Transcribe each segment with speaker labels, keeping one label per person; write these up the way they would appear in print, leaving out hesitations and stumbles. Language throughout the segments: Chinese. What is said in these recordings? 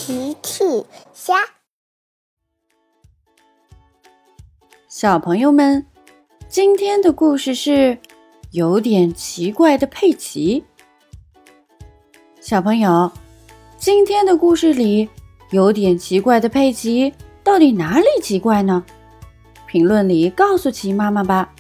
Speaker 1: 奇趣虾。
Speaker 2: 小朋友们，今天的故事是有点奇怪的佩奇。小朋友，今天的故事里有点奇怪的佩奇到底哪里奇怪呢？评论里告诉奇妈妈吧。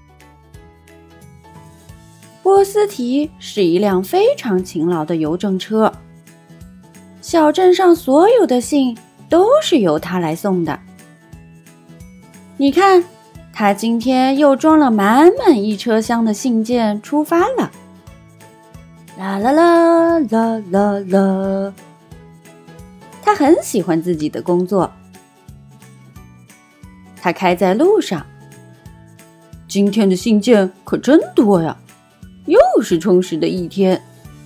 Speaker 2: 波斯提是一辆非常勤劳的邮政车，小镇上所有的信都是由他来送的。你看，他今天又装了满满一车厢的信件出发了。啦啦啦啦啦啦！他很喜欢自己的工作。他开在路上，今天的信件可真多呀，又是充实的一天。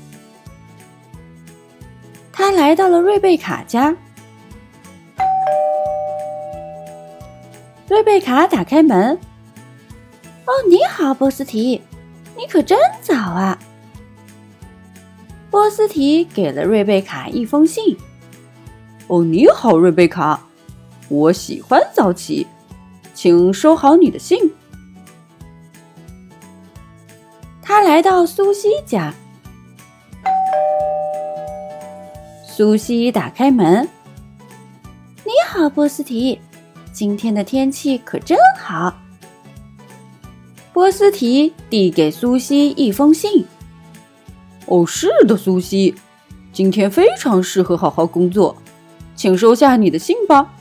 Speaker 2: 他来到了瑞贝卡家。瑞贝卡打开门。哦，你好，波斯提，你可真早啊。波斯提给了瑞贝卡一封信。
Speaker 3: 哦，你好，瑞贝卡，我喜欢早起，请收好你的信。
Speaker 2: 他来到苏西家。苏西打开门。你好，波斯提，今天的天气可真好。波斯提递给苏西一封信。
Speaker 3: 哦，是的，苏西，今天非常适合好好工作，请收下你的信吧。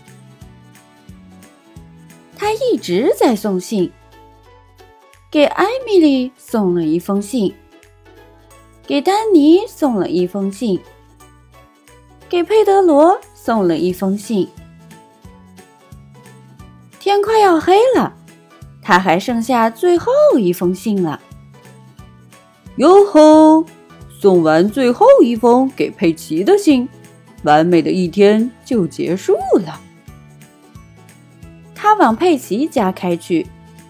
Speaker 2: 他一直在送信，给艾米丽送了一封信，给丹尼送了一封信，给佩德罗送了一封信。天快要黑了，他还剩下最后一封信了。
Speaker 3: 哟吼！送完最后一封给佩奇的信，完美的一天就结束了。
Speaker 2: 他往佩奇家开去。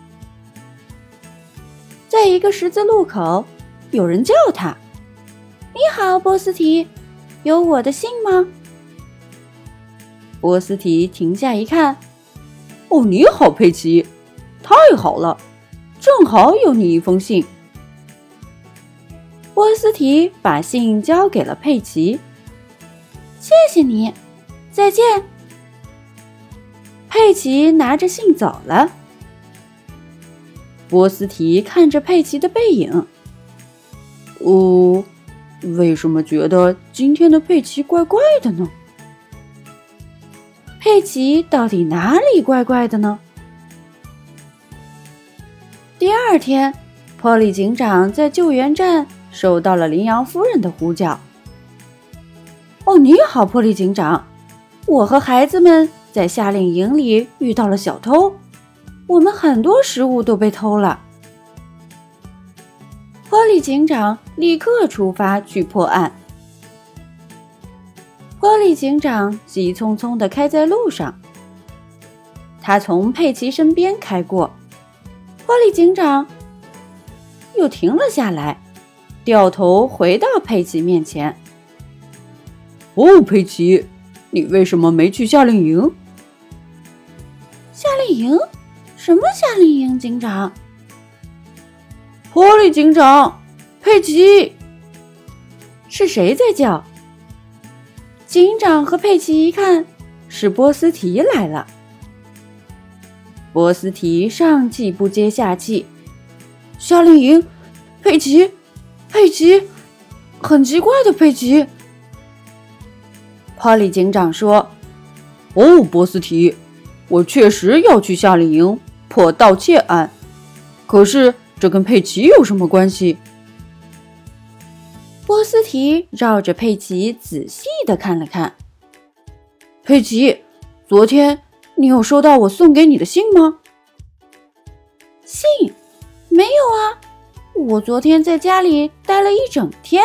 Speaker 2: 在一个十字路口，有人叫他：“你好，波斯提，有我的信吗？”波斯提停下一看，
Speaker 3: 哦，你好，佩奇，太好了，正好有你一封信。
Speaker 2: 波斯提把信交给了佩奇。谢谢你，再见。佩奇拿着信走了。波斯提看着佩奇的背影。
Speaker 3: 为什么觉得今天的佩奇怪怪的呢？
Speaker 2: 佩奇到底哪里怪怪的呢？第二天，波利警长在救援站收到了羚羊夫人的呼叫。哦，你好，波利警长，我和孩子们在夏令营里遇到了小偷，我们很多食物都被偷了。波利警长立刻出发去破案。波利警长急匆匆地开在路上，他从佩奇身边开过。波利警长又停了下来，掉头回到佩奇面前。
Speaker 3: 哦，佩奇，你为什么没去夏令营？
Speaker 2: 夏令营？什么夏令营，警长？
Speaker 3: 波利警长，佩奇！
Speaker 2: 是谁在叫？警长和佩奇一看，是波斯提来了。波斯提上气不接下气。
Speaker 3: 夏令营，佩奇，很奇怪的佩奇。
Speaker 2: 波利警长说：“
Speaker 3: 哦，波斯提，我确实要去夏令营破盗窃案，可是这跟佩奇有什么关系？”
Speaker 2: 波斯提绕着佩奇仔细地看了看。
Speaker 3: 佩奇，昨天你有收到我送给你的信吗？
Speaker 2: 信？没有啊，我昨天在家里待了一整天。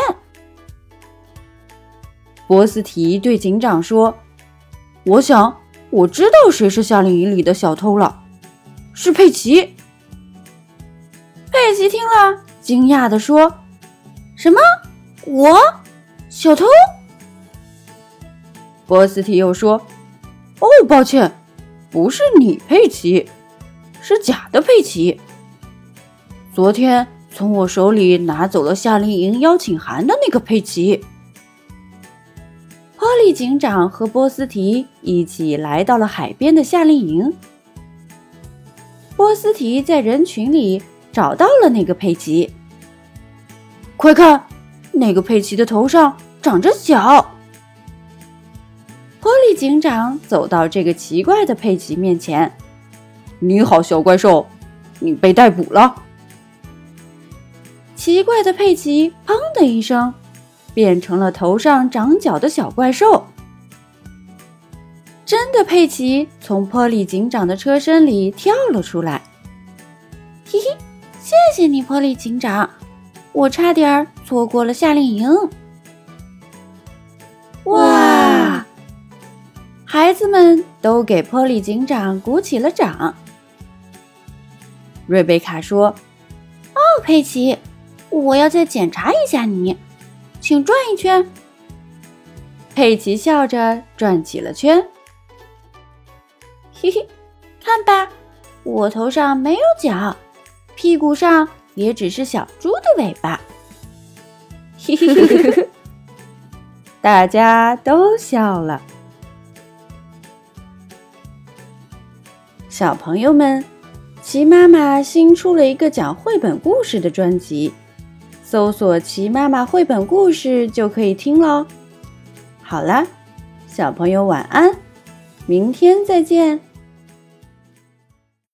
Speaker 2: 波斯提对警长说：“
Speaker 3: 我想我知道谁是夏令营里的小偷了，是佩奇。”
Speaker 2: 佩奇听了，惊讶地说：“什么？我？小偷？”
Speaker 3: 波斯提又说：“哦，抱歉，不是你佩奇，是假的佩奇。昨天从我手里拿走了夏令营邀请函的那个佩奇。”
Speaker 2: 波利警长和波斯提一起来到了海边的夏令营。波斯提在人群里找到了那个佩奇。
Speaker 3: 快看，那个佩奇的头上长着角。
Speaker 2: 波利警长走到这个奇怪的佩奇面前。
Speaker 3: 你好，小怪兽，你被逮捕了。
Speaker 2: 奇怪的佩奇砰的一声变成了头上长角的小怪兽。真的佩奇从波利警长的车身里跳了出来。嘿嘿，谢谢你，波利警长，我差点错过了夏令营。哇！孩子们都给波利警长鼓起了掌。瑞贝卡说：“哦，佩奇，我要再检查一下你，请转一圈。”佩奇笑着转起了圈。嘿嘿，看吧，我头上没有角，屁股上也只是小猪的尾巴。嘿嘿嘿嘿，
Speaker 3: 大家都笑了。
Speaker 2: 小朋友们，奇妈妈新出了一个讲绘本故事的专辑，搜索奇妈妈绘本故事就可以听咯。好了，小朋友晚安，明天再见。